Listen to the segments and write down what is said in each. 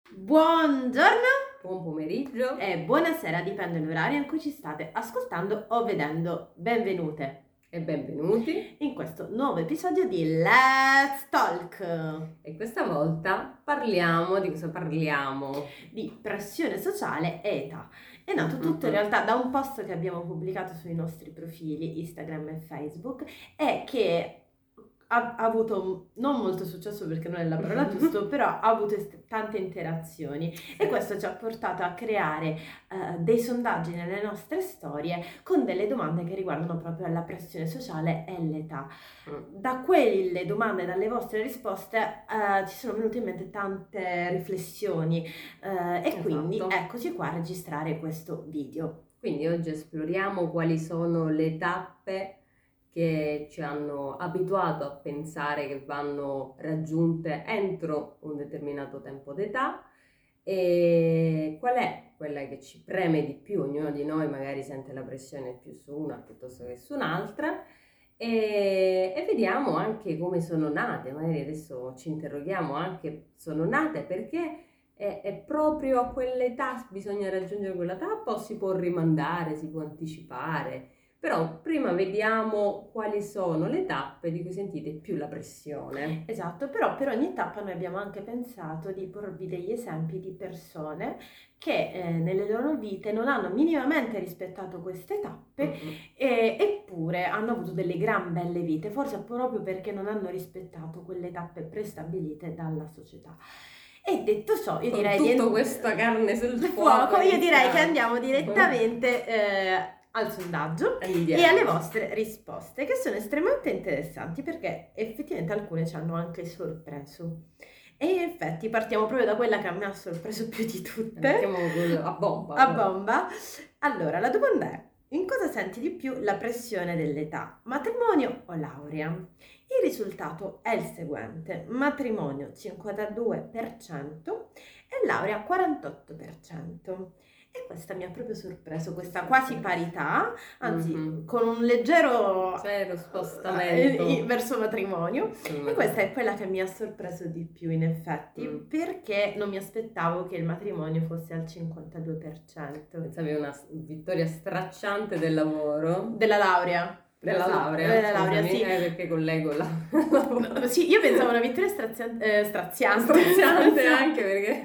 Buongiorno Buon pomeriggio e buonasera, dipende dall'orario in cui ci state ascoltando o vedendo. Benvenute e benvenuti. in questo nuovo episodio di Let's Talk, E questa volta parliamo di cosa parliamo? di pressione sociale e età. È nato tutto in realtà da un post che abbiamo pubblicato sui nostri profili Instagram e Facebook e che ha avuto non molto successo perché non è la parola giusta, però ha avuto tante interazioni e questo ci ha portato a creare dei sondaggi nelle nostre storie con delle domande che riguardano proprio la pressione sociale e l'età. Da quelle domande e dalle vostre risposte ci sono venute in mente tante riflessioni e quindi Esatto. eccoci qua a registrare questo video. Quindi oggi esploriamo quali sono le tappe che ci hanno abituato a pensare che vanno raggiunte entro un determinato tempo d'età e qual è quella che ci preme di più. Ognuno di noi magari sente la pressione più su una piuttosto che su un'altra e vediamo anche come sono nate. Magari adesso ci interroghiamo anche, sono nate perché è proprio a quell'età bisogna raggiungere quella tappa o si può rimandare, si può anticipare? Però prima vediamo quali sono le tappe di cui sentite più la pressione. Esatto, però per ogni tappa noi abbiamo anche pensato di porvi degli esempi di persone che nelle loro vite non hanno minimamente rispettato queste tappe eppure hanno avuto delle gran belle vite, forse proprio perché non hanno rispettato quelle tappe prestabilite dalla società. E detto ciò, io Con direi tutta questa carne sul fuoco, io direi che iniziamo. andiamo direttamente al sondaggio e Andiamo. alle vostre risposte, che sono estremamente interessanti perché effettivamente alcune ci hanno anche sorpreso. E in effetti partiamo proprio da quella che a me ha sorpreso più di tutte. Mettiamo a bomba. A bomba. Allora, la domanda è: in cosa senti di più la pressione dell'età? Matrimonio o laurea? Il risultato è il seguente: matrimonio 52% e laurea 48%. E questa mi ha proprio sorpreso, questa quasi parità, anzi con un leggero spostamento verso matrimonio. E questa è quella che mi ha sorpreso di più in effetti, perché non mi aspettavo che il matrimonio fosse al 52%. Pensavi a una vittoria stracciante del lavoro? Della laurea. Della laurea, sì. Perché collego la... Sì, io pensavo a una vittoria straziante anche perché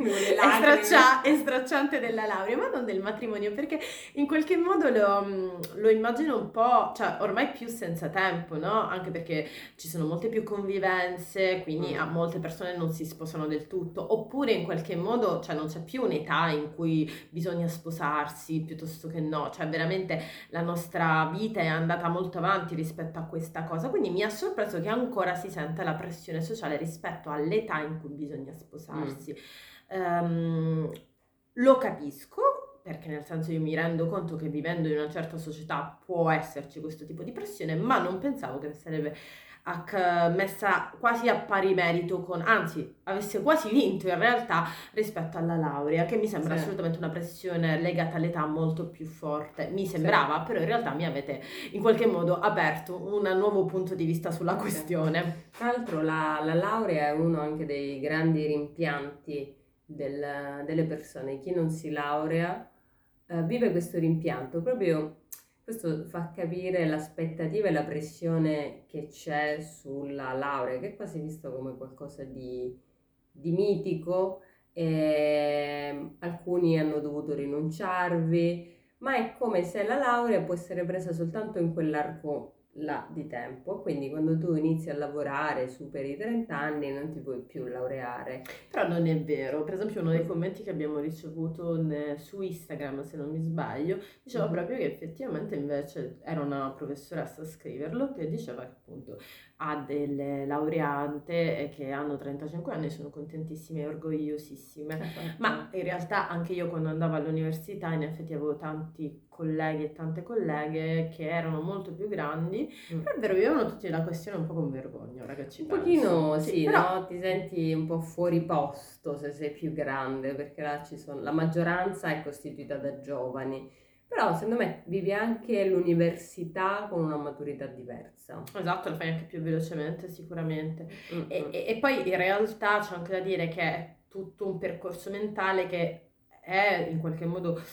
è stracciante della laurea, ma non del matrimonio, perché in qualche modo lo immagino un po', cioè ormai più senza tempo, no? Anche perché ci sono molte più convivenze, quindi a molte persone non si sposano del tutto, oppure in qualche modo, cioè non c'è più un'età in cui bisogna sposarsi piuttosto che no, cioè veramente la nostra vita è andata molto avanti rispetto a questa cosa, quindi mi ha sorpreso che ancora si senta la pressione sociale rispetto all'età in cui bisogna sposarsi. Lo capisco, perché nel senso io mi rendo conto che vivendo in una certa società può esserci questo tipo di pressione, ma non pensavo che sarebbe messa quasi a pari merito con, anzi avesse quasi vinto in realtà rispetto alla laurea, che mi sembra assolutamente una pressione legata all'età molto più forte, mi sembrava, però in realtà mi avete in qualche modo aperto un nuovo punto di vista sulla questione. Tra l'altro la laurea è uno anche dei grandi rimpianti delle persone. Chi non si laurea vive questo rimpianto, proprio questo fa capire l'aspettativa e la pressione che c'è sulla laurea, che è quasi visto come qualcosa di mitico. Alcuni hanno dovuto rinunciarvi, ma è come se la laurea può essere presa soltanto in quell'arco là di tempo, quindi quando tu inizi a lavorare superi i 30 anni non ti puoi più laureare. Però non è vero, per esempio uno dei commenti che abbiamo ricevuto su Instagram, se non mi sbaglio, diceva proprio che effettivamente invece era una professoressa a scriverlo che diceva che appunto ha delle laureante che hanno 35 anni e sono contentissime e orgogliosissime, ma in realtà anche io quando andavo all'università in effetti avevo tanti colleghi e tante colleghe che erano molto più grandi, però è vero, vivevano tutti la questione un po' con vergogna, ora che ci penso. Pochino sì, però no? Ti senti un po' fuori posto se sei più grande, perché là la maggioranza è costituita da giovani. Però secondo me vivi anche l'università con una maturità diversa. Esatto, lo fai anche più velocemente sicuramente. E poi in realtà c'è anche da dire che tutto un percorso mentale che è in qualche modo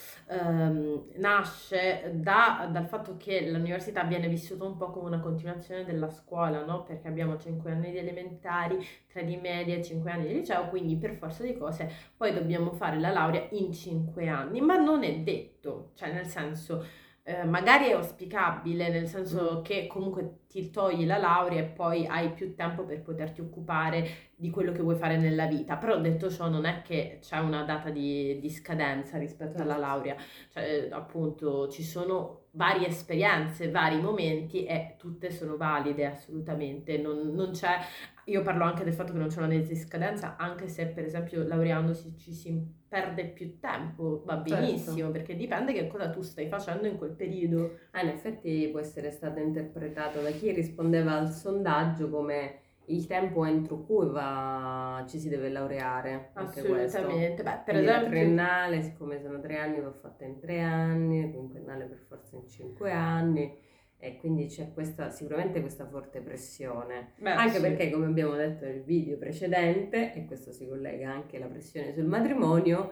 nasce dal fatto che l'università viene vissuta un po' come una continuazione della scuola, no? Perché abbiamo 5 anni di elementari, 3 di media e 5 anni di liceo, quindi per forza di cose poi dobbiamo fare la laurea in 5 anni, ma non è detto, cioè nel senso magari è auspicabile, nel senso che comunque ti togli la laurea e poi hai più tempo per poterti occupare di quello che vuoi fare nella vita, però detto ciò non è che c'è una data di scadenza rispetto alla laurea, cioè appunto ci sono varie esperienze, vari momenti e tutte sono valide assolutamente, non c'è, io parlo anche del fatto che non c'è una data di scadenza, anche se per esempio laureandosi ci si perde più tempo, va benissimo, Certo. perché dipende che cosa tu stai facendo in quel periodo. In effetti può essere stato interpretato da chi rispondeva al sondaggio come il tempo entro cui ci si deve laureare, anche questo. Assolutamente, beh, per Quindi la esempio... triennale, siccome sono 3 anni, va fatta in 3 anni, la quinquennale per forza in 5 anni, e quindi c'è sicuramente questa forte pressione. Beh, Anche sì. perché, come abbiamo detto nel video precedente, e questo si collega anche alla pressione sul matrimonio,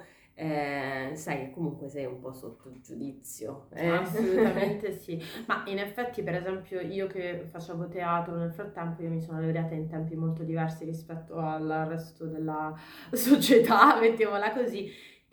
sai che comunque sei un po' sotto giudizio. Assolutamente sì, ma in effetti per esempio io che facevo teatro nel frattempo io mi sono laureata in tempi molto diversi rispetto al resto della società, mettiamola così,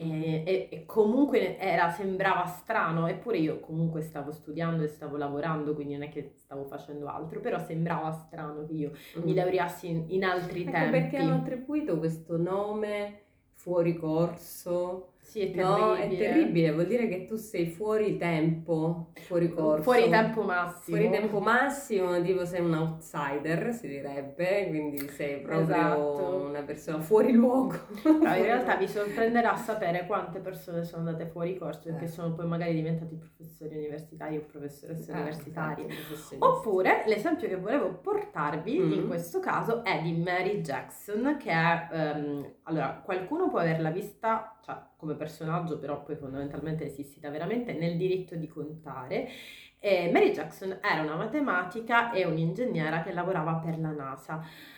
e comunque sembrava strano, eppure io comunque stavo studiando e stavo lavorando, quindi non è che stavo facendo altro, però sembrava strano che io mi laureassi in altri Anche perché hanno tempi. attribuito questo nome fuori corso. Sì, è No, è terribile. terribile, vuol dire che tu sei fuori tempo, fuori corso. Fuori tempo massimo. Fuori tempo massimo, tipo sei un outsider, si direbbe, quindi sei proprio Esatto. una persona fuori luogo. Però in realtà vi sorprenderà sapere quante persone sono andate fuori corso e che sono poi magari diventati professori universitari o professoresse universitarie. Oppure l'esempio che volevo portarvi in questo caso è di Mary Jackson, che è, allora, qualcuno può averla vista, cioè, come personaggio, però poi fondamentalmente è esistita veramente nel Diritto di contare. Mary Jackson era una matematica e un'ingegnera che lavorava per la NASA.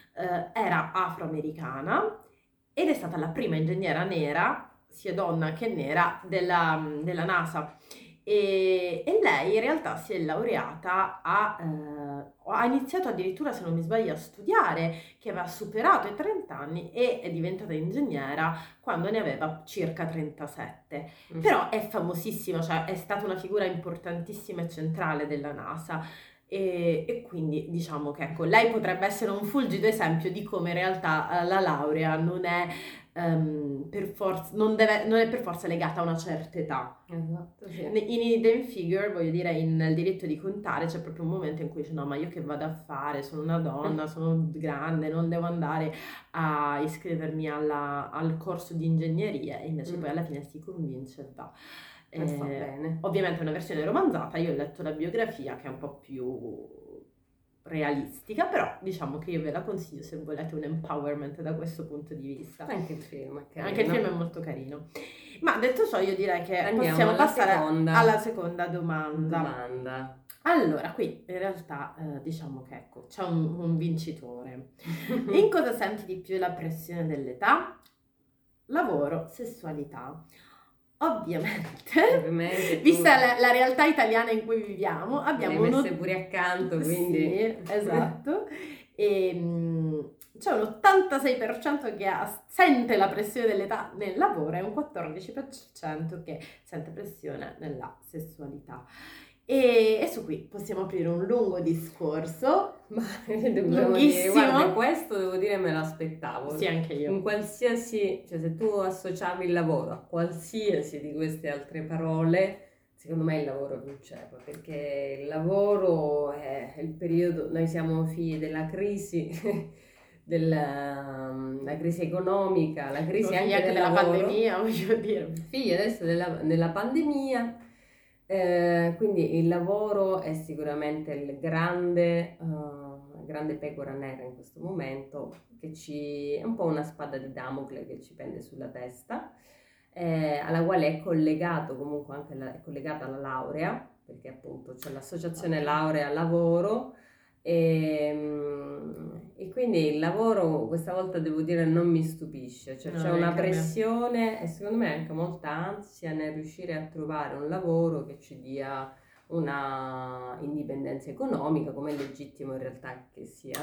Era afroamericana ed è stata la prima ingegnera nera, sia donna che nera, della NASA. E lei in realtà si è laureata, ha iniziato addirittura, se non mi sbaglio, a studiare, che aveva superato i 30 anni e è diventata ingegnera quando ne aveva circa 37. Però è famosissima, cioè è stata una figura importantissima e centrale della NASA. E quindi diciamo che ecco, lei potrebbe essere un fulgido esempio di come in realtà la laurea non è per forza, non è per forza legata a una certa età. Esatto, sì. In Hidden Figure, voglio dire, nel diritto di contare c'è proprio un momento in cui dice no, ma io che vado a fare? Sono una donna, sono grande, non devo andare a iscrivermi al corso di ingegneria, e invece poi alla fine si convince e va. Fa bene. Ovviamente è una versione romanzata, io ho letto la biografia che è un po' più realistica, però diciamo che io ve la consiglio se volete un empowerment da questo punto di vista. Anche il film è carino. Anche il film è molto carino. Ma detto ciò io direi che Andiamo possiamo passare alla seconda seconda domanda. Allora, qui in realtà diciamo che ecco, c'è un vincitore. In cosa senti di più la pressione dell'età? Lavoro, sessualità. Ovviamente vista la realtà italiana in cui viviamo, abbiamo messe pure accanto, quindi sì, esatto. E c'è un 86% che sente la pressione dell'età nel lavoro e un 14% che sente pressione nella sessualità. E su qui possiamo aprire un lungo discorso, ma lunghissimo. Guarda, questo devo dire me l'aspettavo. Sì, anche io. In qualsiasi, cioè se tu associavi il lavoro a qualsiasi di queste altre parole, secondo me il lavoro vinceva, perché il lavoro è il periodo, noi siamo figli della crisi, la crisi economica, la crisi anche della pandemia, voglio dire. Figli adesso della pandemia. Quindi il lavoro è sicuramente il grande pecora nera in questo momento, che è un po' una spada di Damocle che ci pende sulla testa, alla quale è collegato comunque anche è collegata la laurea, perché appunto c'è l'associazione laurea lavoro, E quindi il lavoro questa volta devo dire non mi stupisce, cioè No, c'è una neanche a me. pressione e secondo me anche molta ansia nel riuscire a trovare un lavoro che ci dia una indipendenza economica, come è legittimo in realtà che sia.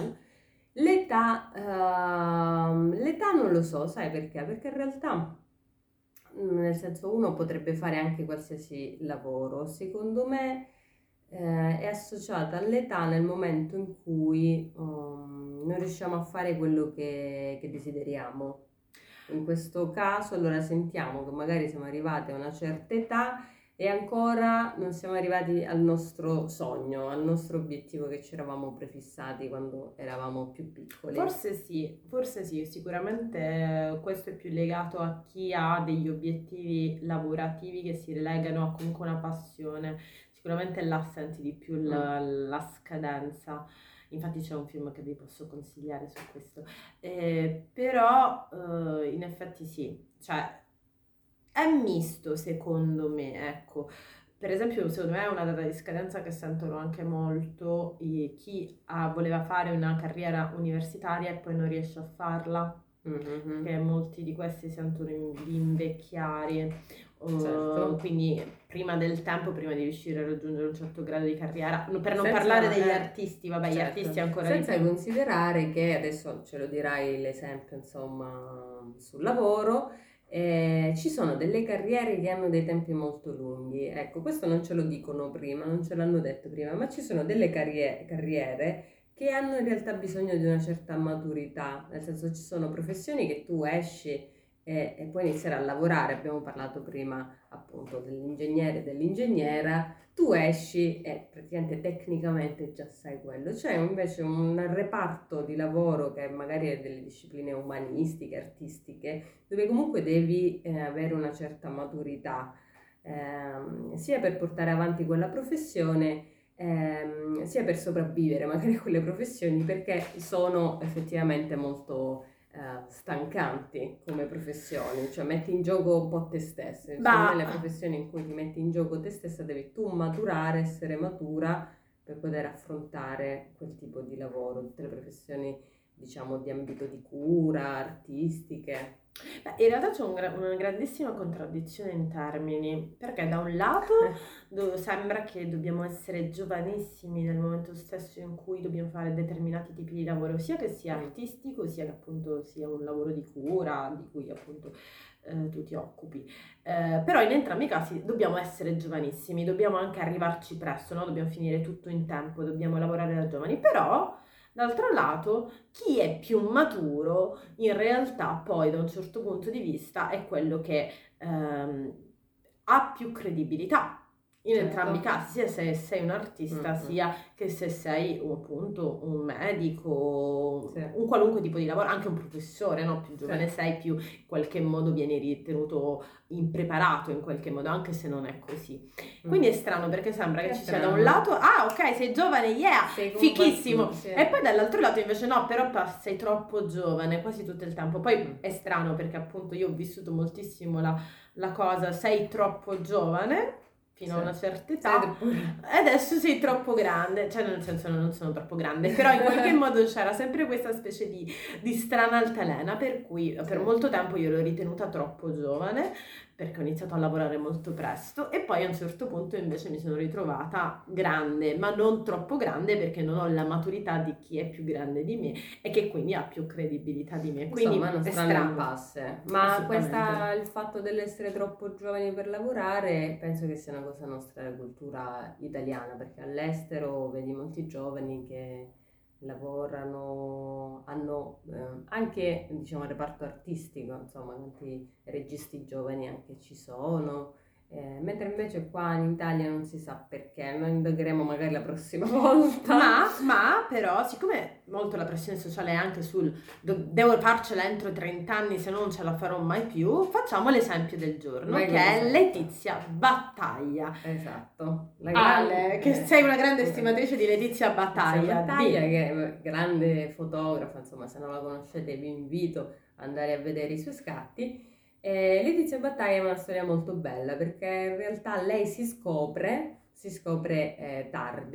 L'età non lo so, sai perché? Perché in realtà, nel senso, uno potrebbe fare anche qualsiasi lavoro. Secondo me, è associata all'età nel momento in cui non riusciamo a fare quello che desideriamo. In questo caso, allora sentiamo che magari siamo arrivati a una certa età e ancora non siamo arrivati al nostro sogno, al nostro obiettivo che ci eravamo prefissati quando eravamo più piccoli. Forse sì, sicuramente questo è più legato a chi ha degli obiettivi lavorativi che si relegano a comunque una passione. Sicuramente là senti di più la scadenza. Infatti c'è un film che vi posso consigliare su questo. Però in effetti sì, cioè è misto secondo me, ecco. Per esempio, secondo me è una data di scadenza che sentono anche molto chi voleva fare una carriera universitaria e poi non riesce a farla, Mhm. che molti di questi sentono di invecchiare, Certo. quindi prima del tempo, prima di riuscire a raggiungere un certo grado di carriera, per non Senza, parlare degli artisti, vabbè, gli certo, artisti ancora di senza più. considerare che adesso ce lo dirai l'esempio, insomma, sul lavoro, ci sono delle carriere che hanno dei tempi molto lunghi. Ecco, questo non ce lo dicono prima, non ce l'hanno detto prima, ma ci sono delle carriere che hanno in realtà bisogno di una certa maturità, nel senso ci sono professioni che tu esci e puoi iniziare a lavorare. Abbiamo parlato prima appunto dell'ingegnere e dell'ingegnera, tu esci e praticamente tecnicamente già sai quello. C'è invece un reparto di lavoro che magari è delle discipline umanistiche, artistiche, dove comunque devi avere una certa maturità, sia per portare avanti quella professione, sia per sopravvivere magari a quelle professioni, perché sono effettivamente molto stancanti come professioni, cioè metti in gioco un po' te stesso. Secondo me le Bah, professioni in cui ti metti in gioco te stessa devi tu maturare, essere matura per poter affrontare quel tipo di lavoro, tutte le professioni diciamo di ambito di cura, artistiche. in realtà c'è una grandissima contraddizione in termini, perché da un lato sembra che dobbiamo essere giovanissimi nel momento stesso in cui dobbiamo fare determinati tipi di lavoro, sia che sia artistico, sia che appunto sia un lavoro di cura, di cui appunto tu ti occupi. Però in entrambi i casi dobbiamo essere giovanissimi, dobbiamo anche arrivarci presto, no? Dobbiamo finire tutto in tempo, dobbiamo lavorare da giovani, però d'altro lato chi è più maturo in realtà poi da un certo punto di vista è quello che ehm, ha più credibilità in entrambi i Certo. casi, sia se sei un artista, Mm-mm. sia che se sei appunto un medico, Sì, un qualunque tipo di lavoro, anche un professore, no? Più sì. giovane sei, più in qualche modo vieni ritenuto impreparato in qualche modo, anche se non è così. Quindi è strano perché sembra che È ci sia da un strano. lato, ah ok, sei giovane, yeah, Sei fichissimo, combattuto, sì. e poi dall'altro lato invece no, però sei troppo giovane quasi tutto il tempo. Poi è strano perché appunto io ho vissuto moltissimo la cosa, sei troppo giovane fino a una certa Sei età troppo... e adesso sei troppo grande, cioè nel senso non sono troppo grande, però in qualche modo c'era sempre questa specie di strana altalena per cui per Sì. molto tempo io l'ho ritenuta troppo giovane perché ho iniziato a lavorare molto presto e poi a un certo punto invece mi sono ritrovata grande, ma non troppo grande perché non ho la maturità di chi è più grande di me e che quindi ha più credibilità di me. Insomma, Quindi è uno è strano strano. impasse, ma Assolutamente. il fatto dell'essere troppo giovani per lavorare penso che sia una cosa nostra della cultura italiana, perché all'estero vedi molti giovani che lavorano, hanno anche diciamo il reparto artistico, insomma, tanti registi giovani anche ci sono. Mentre invece qua in Italia non si sa perché, lo indagheremo magari la prossima volta. Ma però, siccome molto la pressione sociale è anche sul devo farcela entro i 30 anni, se no non ce la farò mai più, facciamo l'esempio del giorno, Vai che con è l'esempio. Letizia Battaglia. Esatto, la Ale, che grande sei una grande estimatrice di Letizia Letizia Battaglia, Battaglia, di. che è grande fotografa, insomma, se non la conoscete vi invito ad andare a vedere i suoi scatti. Letizia Battaglia è una storia molto bella perché in realtà lei si scopre tardi,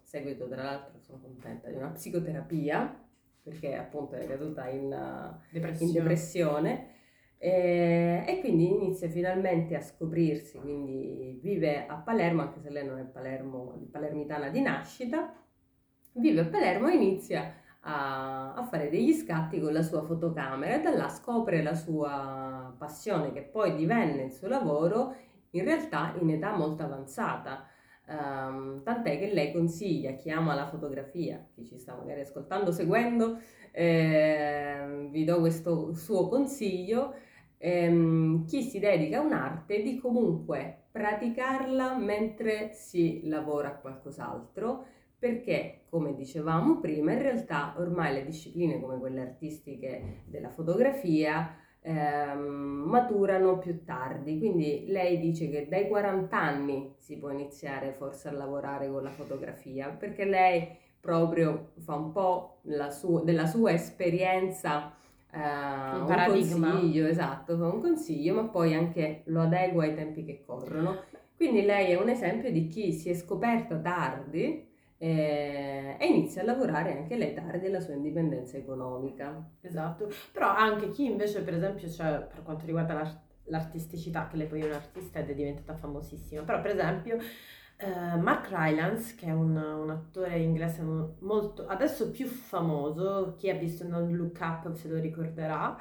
seguito tra l'altro, sono contenta, di una psicoterapia, perché appunto è caduta in depressione. E quindi inizia finalmente a scoprirsi, quindi vive a Palermo, anche se lei non è palermitana di nascita, vive a Palermo e inizia a fare degli scatti con la sua fotocamera e da là scopre la sua passione, che poi divenne il suo lavoro, in realtà in età molto avanzata. Tant'è che lei consiglia chi ama la fotografia, chi ci sta magari ascoltando, seguendo, vi do questo suo consiglio. Chi si dedica a un'arte di comunque praticarla mentre si lavora a qualcos'altro, perché come dicevamo prima in realtà ormai le discipline come quelle artistiche della fotografia maturano più tardi, quindi lei dice che dai 40 anni si può iniziare forse a lavorare con la fotografia, perché lei proprio fa un po' della sua esperienza un paradigma. Consiglio, esatto, fa un consiglio, ma poi anche lo adegua ai tempi che corrono. Quindi lei è un esempio di chi si è scoperta tardi e inizia a lavorare anche lei tardi alla sua indipendenza economica. Esatto, però anche chi invece per esempio, cioè, per quanto riguarda l'artisticità, che lei poi è un'artista ed è diventata famosissima, però per esempio Mark Rylance, che è un attore inglese molto, adesso più famoso, chi ha visto Non Look Up se lo ricorderà,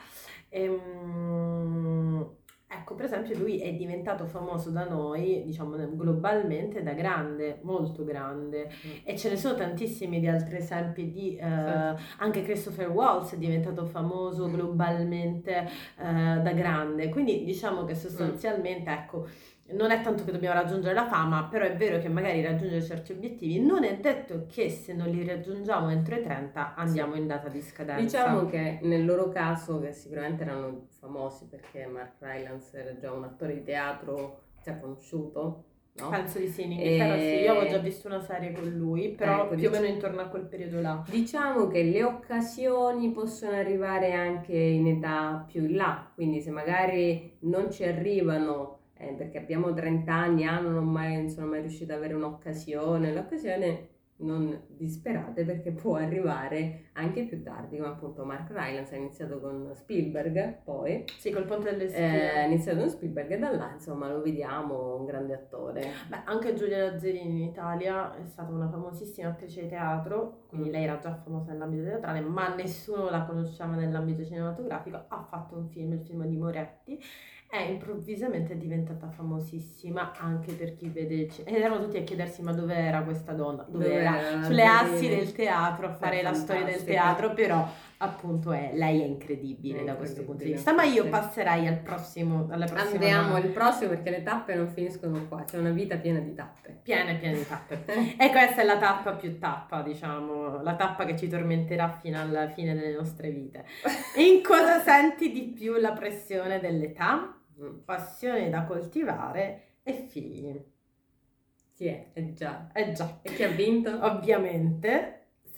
ecco, per esempio lui è diventato famoso da noi, diciamo globalmente, da grande, molto grande, e ce ne sono tantissimi di altri esempi anche Christopher Waltz è diventato famoso globalmente da grande, quindi diciamo che sostanzialmente, ecco, non è tanto che dobbiamo raggiungere la fama, però è vero che magari raggiungere certi obiettivi non è detto che se non li raggiungiamo entro i 30 andiamo in data di scadenza. Diciamo che nel loro caso, che sicuramente erano famosi perché Mark Rylance era già un attore di teatro già conosciuto, no? Penso di sì, in Inghilterra sì, io avevo già visto una serie con lui, però più o meno intorno a quel periodo là. Diciamo che le occasioni possono arrivare anche in età più in là, quindi se magari non ci arrivano perché abbiamo 30 anni, non sono mai riuscita ad avere l'occasione non disperate, perché può arrivare anche più tardi, come appunto Mark Rylance ha iniziato con Spielberg, poi sì, col Ponte delle Schiere ha iniziato con Spielberg e da là insomma lo vediamo un grande attore. Beh, anche Giulia Lazzarini in Italia è stata una famosissima attrice di teatro, quindi lei era già famosa nell'ambito teatrale, ma nessuno la conosceva nell'ambito cinematografico. Ha fatto un film, il film di Moretti, e improvvisamente è diventata famosissima anche per chi vede ed erano tutti a chiedersi ma dove era questa donna, dove era sulle assi del teatro a fare la storia del teatro, però appunto lei è incredibile da questo punto di vista. Ma io passerei alla prossima. Andiamo al prossimo, perché le tappe non finiscono qua, c'è una vita piena di tappe. Piena di tappe. E questa è la tappa più tappa, diciamo, la tappa che ci tormenterà fino alla fine delle nostre vite. In cosa senti di più la pressione dell'età? Passione da coltivare e figli. Chi è? È già. E chi ha vinto? Ovviamente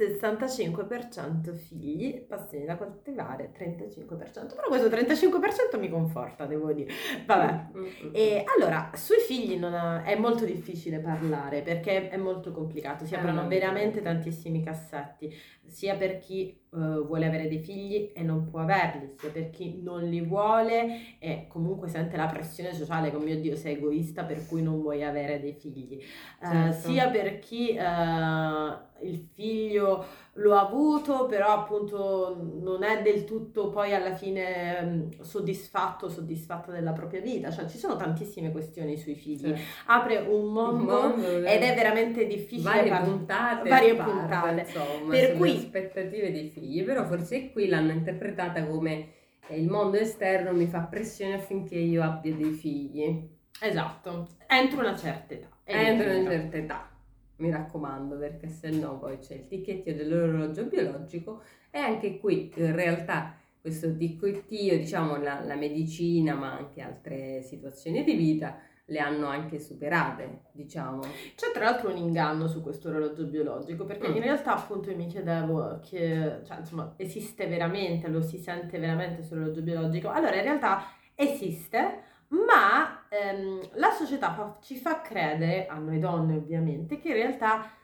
65% figli, passioni da coltivare 35%, però questo 35% mi conforta, devo dire. Vabbè. E allora, sui figli è molto difficile parlare, perché è molto complicato, si aprono veramente tantissimi cassetti, sia per chi vuole avere dei figli e non può averli, sia per chi non li vuole e comunque sente la pressione sociale, come mio Dio sei egoista per cui non vuoi avere dei figli, sia per chi il figlio lo ha avuto però appunto non è del tutto poi alla fine soddisfatto della propria vita, cioè ci sono tantissime questioni sui figli, apre un mondo ed è veramente difficile varie puntate insomma, per cui aspettative dei figli, però forse qui l'hanno interpretata come il mondo esterno mi fa pressione affinché io abbia dei figli. Esatto, entro una certa età. Mi raccomando, perché se no poi c'è il ticchettio dell'orologio biologico, e anche qui in realtà questo ticchettio, diciamo la medicina ma anche altre situazioni di vita le hanno anche superate, diciamo. C'è tra l'altro un inganno su questo orologio biologico, perché in realtà appunto io mi chiedevo che, cioè, insomma, esiste veramente, lo si sente veramente sull'orologio biologico? Allora in realtà esiste, ma la società ci fa credere, a noi donne ovviamente, che in realtà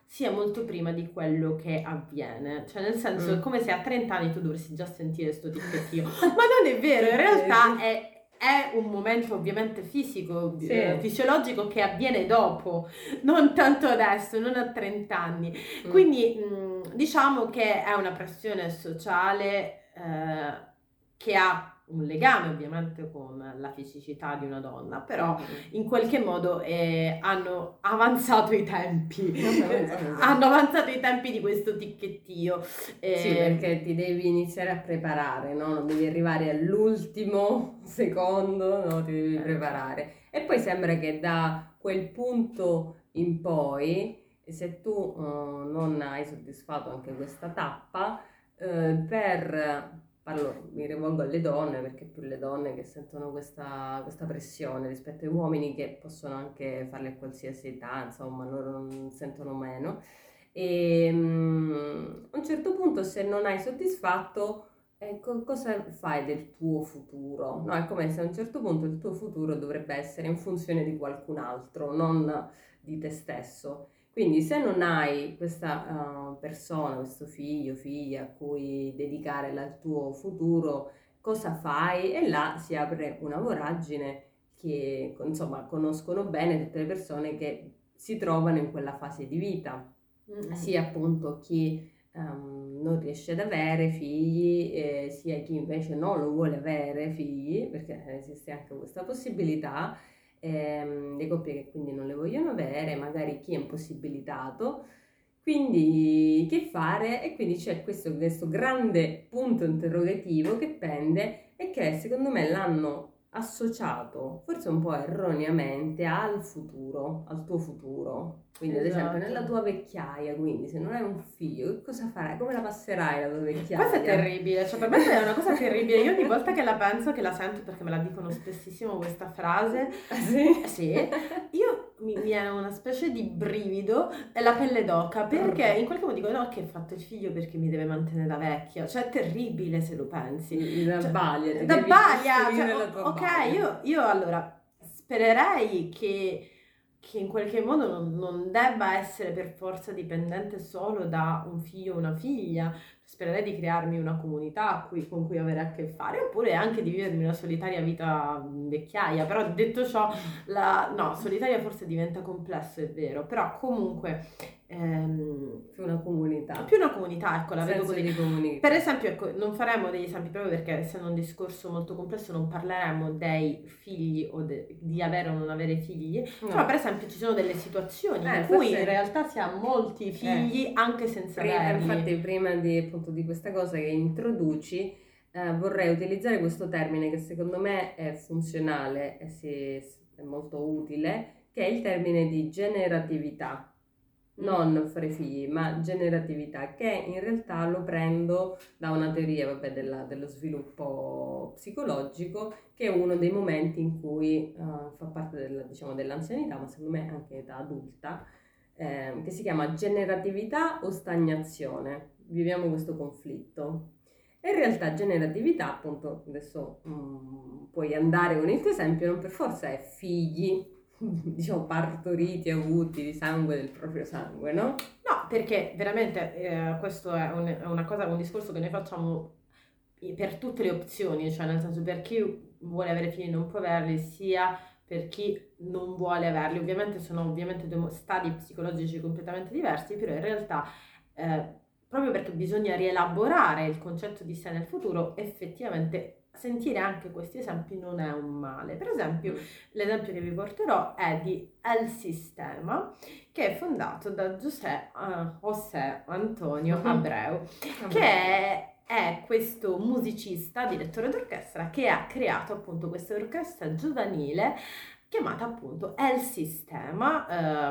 sia molto prima di quello che avviene, cioè nel senso è come se a 30 anni tu dovessi già sentire sto ticchettio, ma non è vero, in realtà è un momento ovviamente fisico, fisiologico che avviene dopo, non tanto adesso, non a 30 anni. Quindi diciamo che è una pressione sociale che ha un legame ovviamente con la fisicità di una donna, però in qualche modo hanno avanzato i tempi, hanno avanzato i tempi di questo ticchettio. Sì, perché ti devi iniziare a preparare, no? Non devi arrivare all'ultimo secondo, no? Ti devi preparare. E poi sembra che da quel punto in poi, se tu non hai soddisfatto anche questa tappa, mi rivolgo alle donne, perché più le donne che sentono questa pressione rispetto ai uomini che possono anche farle a qualsiasi età, insomma, loro non sentono meno. E a un certo punto, se non hai soddisfatto, cosa fai del tuo futuro? No, è come se a un certo punto il tuo futuro dovrebbe essere in funzione di qualcun altro, non di te stesso. Quindi se non hai questa persona, questo figlio, figlia a cui dedicare il tuo futuro, cosa fai? E là si apre una voragine che, insomma, conoscono bene tutte le persone che si trovano in quella fase di vita, sia appunto chi non riesce ad avere figli, sia chi invece non lo vuole avere figli, perché esiste anche questa possibilità. Le coppie che quindi non le vogliono avere, magari chi è impossibilitato, quindi che fare? E quindi c'è questo grande punto interrogativo che pende e che secondo me l'hanno associato, forse un po' erroneamente, al futuro, al tuo futuro. Quindi ad esempio nella tua vecchiaia, quindi se non hai un figlio, che cosa farai? Come la passerai la tua vecchiaia? Questa è terribile, cioè per me è una cosa terribile. Io ogni volta che la penso, che la sento, perché me la dicono spessissimo questa frase, sì, io mi viene una specie di brivido e la pelle d'oca, perché in qualche modo dico no, che ho fatto il figlio perché mi deve mantenere da vecchia, cioè è terribile se lo pensi. Da baglia, cioè, ok, io allora spererei che in qualche modo non debba essere per forza dipendente solo da un figlio o una figlia. Spererei di crearmi una comunità con cui avere a che fare, oppure anche di vivermi una solitaria vita in vecchiaia. Però detto ciò, no, solitaria forse diventa complesso, è vero, però comunque più una comunità, ecco, la vedo così. Per esempio, ecco, non faremo degli esempi proprio perché essendo un discorso molto complesso non parleremo dei figli o di avere o non avere figli, però per esempio ci sono delle situazioni in cui in realtà si ha molti figli anche senza averli. Infatti prima di questa cosa che introduci, vorrei utilizzare questo termine che secondo me è funzionale e è molto utile, che è il termine di generatività. Non fare figli, ma generatività, che in realtà lo prendo da una teoria dello sviluppo psicologico, che è uno dei momenti in cui fa parte dell'anzianità, ma secondo me anche età adulta, che si chiama generatività o stagnazione. Viviamo questo conflitto. E in realtà generatività, appunto, adesso puoi andare con il tuo esempio, non per forza è figli, diciamo partoriti, avuti di sangue del proprio sangue, no? No, perché veramente questo è un discorso che noi facciamo per tutte le opzioni, cioè nel senso per chi vuole avere figli e non può averli, sia per chi non vuole averli. Ovviamente sono due stadi psicologici completamente diversi, però in realtà proprio perché bisogna rielaborare il concetto di sé nel futuro, effettivamente sentire anche questi esempi non è un male. Per esempio, l'esempio che vi porterò è di El Sistema, che è fondato da José Antonio Abreu, che è questo musicista, direttore d'orchestra, che ha creato appunto questa orchestra giovanile chiamata appunto El Sistema,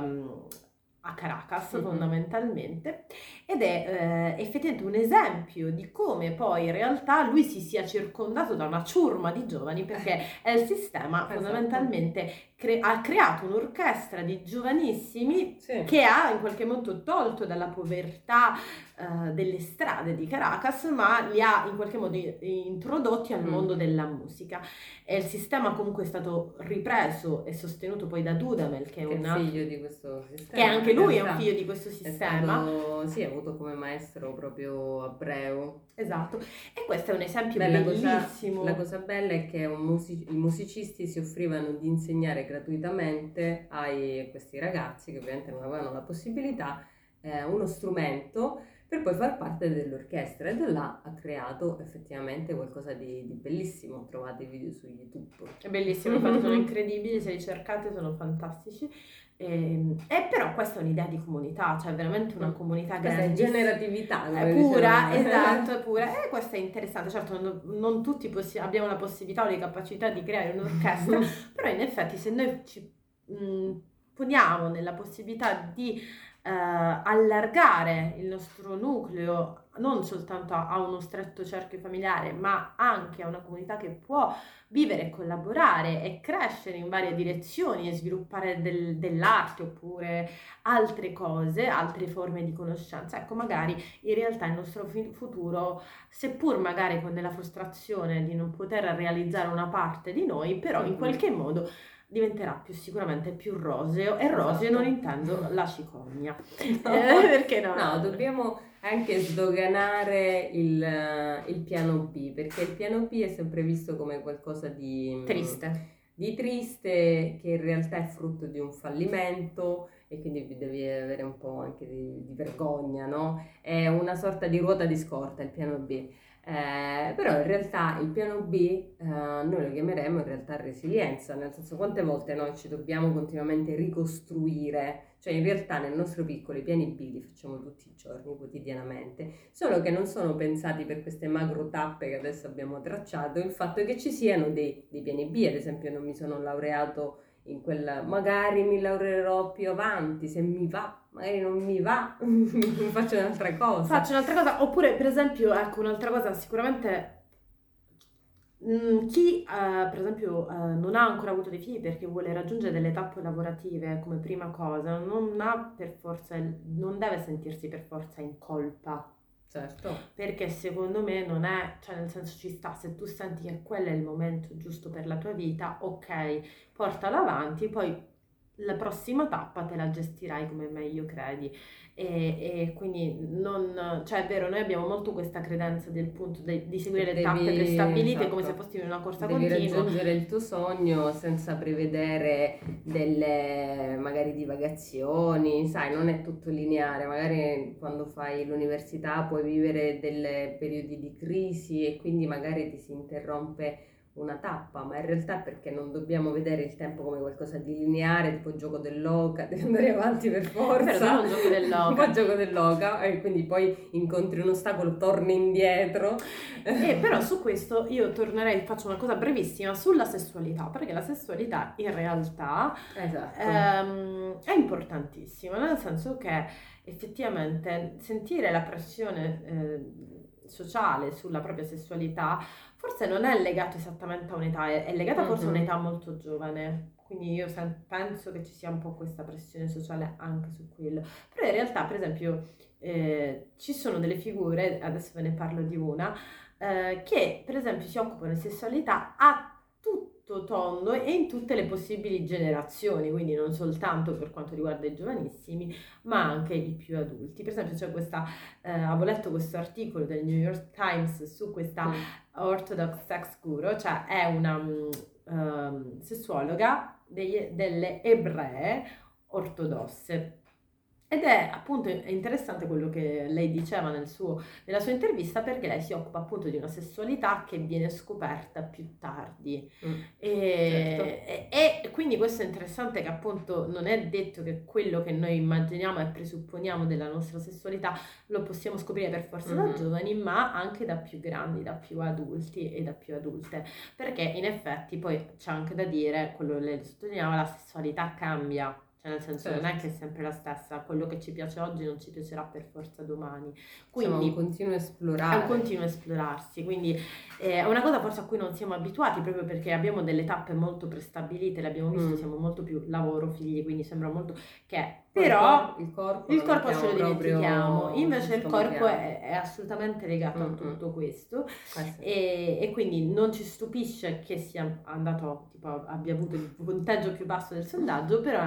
a Caracas fondamentalmente, ed è effettivamente un esempio di come poi in realtà lui si sia circondato da una ciurma di giovani, perché El Sistema fondamentalmente ha creato un'orchestra di giovanissimi che ha in qualche modo tolto dalla povertà delle strade di Caracas, ma li ha in qualche modo introdotti al mondo della musica. E il sistema comunque è stato ripreso e sostenuto poi da Dudamel, che è figlio di questo sistema, che è anche lui è un figlio di questo sistema. Ha avuto come maestro proprio Abreu. Esatto, e questo è un esempio Beh, bellissimo. La cosa bella è che i musicisti si offrivano di insegnare gratuitamente a questi ragazzi, che ovviamente non avevano la possibilità, uno strumento per poi far parte dell'orchestra, e da là ha creato effettivamente qualcosa di bellissimo. Trovate i video su YouTube. È bellissimo, infatti sono incredibili, se li cercate sono fantastici. E però questa è un'idea di comunità, cioè veramente una comunità grande. Questa è generatività. È pura, esatto, è pura. E questo è interessante, certo non tutti abbiamo la possibilità o le capacità di creare un'orchestra, però in effetti se noi ci poniamo nella possibilità di allargare il nostro nucleo non soltanto a uno stretto cerchio familiare, ma anche a una comunità che può vivere e collaborare e crescere in varie direzioni e sviluppare dell'arte oppure altre cose, altre forme di conoscenza. Ecco, magari in realtà il nostro futuro, seppur magari con della frustrazione di non poter realizzare una parte di noi, però in qualche modo diventerà sicuramente più roseo, e roseo non intendo la cicogna. Perché no? No, dobbiamo anche sdoganare il piano B, perché il piano B è sempre visto come qualcosa di triste, che in realtà è frutto di un fallimento, e quindi devi avere un po' anche di vergogna, no? È una sorta di ruota di scorta il piano B. Però in realtà il piano B noi lo chiameremo in realtà resilienza, nel senso, quante volte noi ci dobbiamo continuamente ricostruire, cioè in realtà nel nostro piccolo i piani B li facciamo tutti i giorni, quotidianamente, solo che non sono pensati per queste macro tappe che adesso abbiamo tracciato. Il fatto è che ci siano dei piani B, ad esempio non mi sono laureato in quella, magari mi laureerò più avanti, se mi va, magari non mi va, faccio un'altra cosa. Oppure per esempio, ecco, un'altra cosa sicuramente, chi per esempio non ha ancora avuto dei figli perché vuole raggiungere delle tappe lavorative come prima cosa, non deve sentirsi per forza in colpa. Certo. Perché secondo me non è, cioè nel senso, ci sta, se tu senti che quello è il momento giusto per la tua vita, ok, portalo avanti, poi la prossima tappa te la gestirai come meglio credi. E quindi cioè è vero, noi abbiamo molto questa credenza del punto di seguire le tappe prestabilite, esatto, come se fossimo in una corsa continua. Devi raggiungere il tuo sogno senza prevedere delle magari divagazioni, sai, non è tutto lineare. Magari quando fai l'università puoi vivere dei periodi di crisi e quindi magari ti si interrompe una tappa, ma in realtà perché non dobbiamo vedere il tempo come qualcosa di lineare, tipo gioco dell'oca, devi andare avanti per forza. Però non gioco dell'oca. Un po' gioco dell'oca, e quindi poi incontri un ostacolo, torni indietro. Però su questo io tornerei, faccio una cosa brevissima sulla sessualità, perché la sessualità in realtà è importantissima, nel senso che effettivamente sentire la pressione sociale sulla propria sessualità forse non è legato esattamente a un'età, è legata forse a un'età molto giovane, quindi io penso che ci sia un po' questa pressione sociale anche su quello. Però in realtà, per esempio, ci sono delle figure, adesso ve ne parlo di una, che per esempio si occupano di sessualità a tutto tondo e in tutte le possibili generazioni, quindi non soltanto per quanto riguarda i giovanissimi, ma anche i più adulti. Per esempio c'è avevo letto questo articolo del New York Times su questa Orthodox Sex Guru, cioè è una sessuologa delle ebree ortodosse. Ed è appunto interessante quello che lei diceva nella sua intervista, perché lei si occupa appunto di una sessualità che viene scoperta più tardi. E quindi questo è interessante, che appunto non è detto che quello che noi immaginiamo e presupponiamo della nostra sessualità lo possiamo scoprire per forza da giovani, ma anche da più grandi, da più adulti e da più adulte, perché in effetti poi c'è anche da dire, quello che lei sottolineava, la sessualità cambia. Nel senso, non è che è sempre la stessa, quello che ci piace oggi non ci piacerà per forza domani. Quindi è un continuo esplorare. È un continuo esplorarsi, quindi è una cosa forse a cui non siamo abituati, proprio perché abbiamo delle tappe molto prestabilite, l'abbiamo visto, siamo molto più lavoro, figli, quindi sembra molto che... Però il corpo ce lo dimentichiamo, invece il corpo è assolutamente legato a tutto questo, e quindi non ci stupisce che sia andato, tipo, abbia avuto il punteggio più basso del sondaggio, però è anche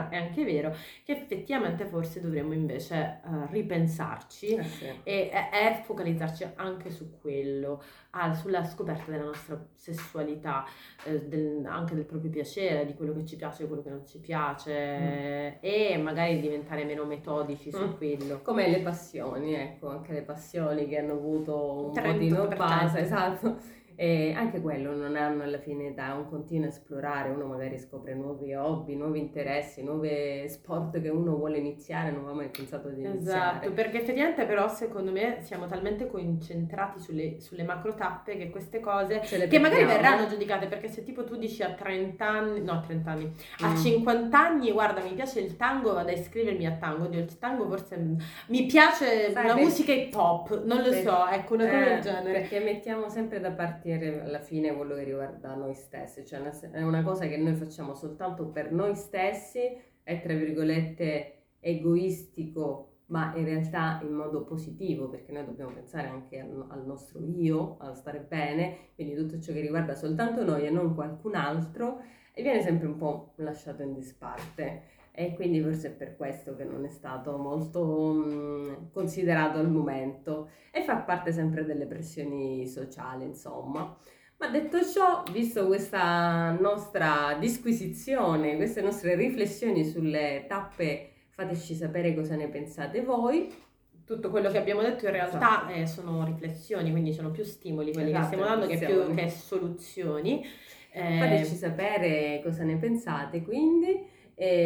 vero che effettivamente forse dovremmo invece ripensarci Sì. e focalizzarci anche su quello, sulla scoperta della nostra sessualità, anche del proprio piacere, di quello che ci piace e quello che non ci piace, e magari diventare meno metodici su quello. Come le passioni, ecco, anche le passioni che hanno avuto un po' di 38%. base, esatto. E anche quello non hanno alla fine età, è un continuo esplorare, uno magari scopre nuovi hobby, nuovi interessi, nuovi sport che uno vuole iniziare, non aveva mai pensato di iniziare. Esatto, perché effettivamente però secondo me siamo talmente concentrati sulle macro tappe che queste cose, Ce le che magari perdiamo. verranno giudicate, perché se tipo tu dici a 30 anni, no a 30 anni, a 50 anni, guarda mi piace il tango, vado a iscrivermi a tango, oddio il tango forse mi piace Sai, la per- musica hip hop, non lo so, ecco una cosa del genere. Perché mettiamo sempre da parte alla fine quello che riguarda noi stessi, cioè è una cosa che noi facciamo soltanto per noi stessi, è tra virgolette egoistico, ma in realtà in modo positivo, perché noi dobbiamo pensare anche al nostro io, a stare bene, quindi tutto ciò che riguarda soltanto noi e non qualcun altro, e viene sempre un po' lasciato in disparte. E quindi forse è per questo che non è stato molto considerato al momento e fa parte sempre delle pressioni sociali, insomma. Ma detto ciò, visto questa nostra disquisizione, queste nostre riflessioni sulle tappe, fateci sapere cosa ne pensate voi. Tutto quello che abbiamo detto in realtà sono riflessioni, quindi sono più stimoli quelli che stiamo dando che soluzioni. Fateci sapere cosa ne pensate, quindi.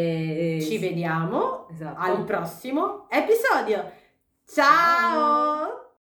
Ci vediamo al prossimo episodio. Ciao!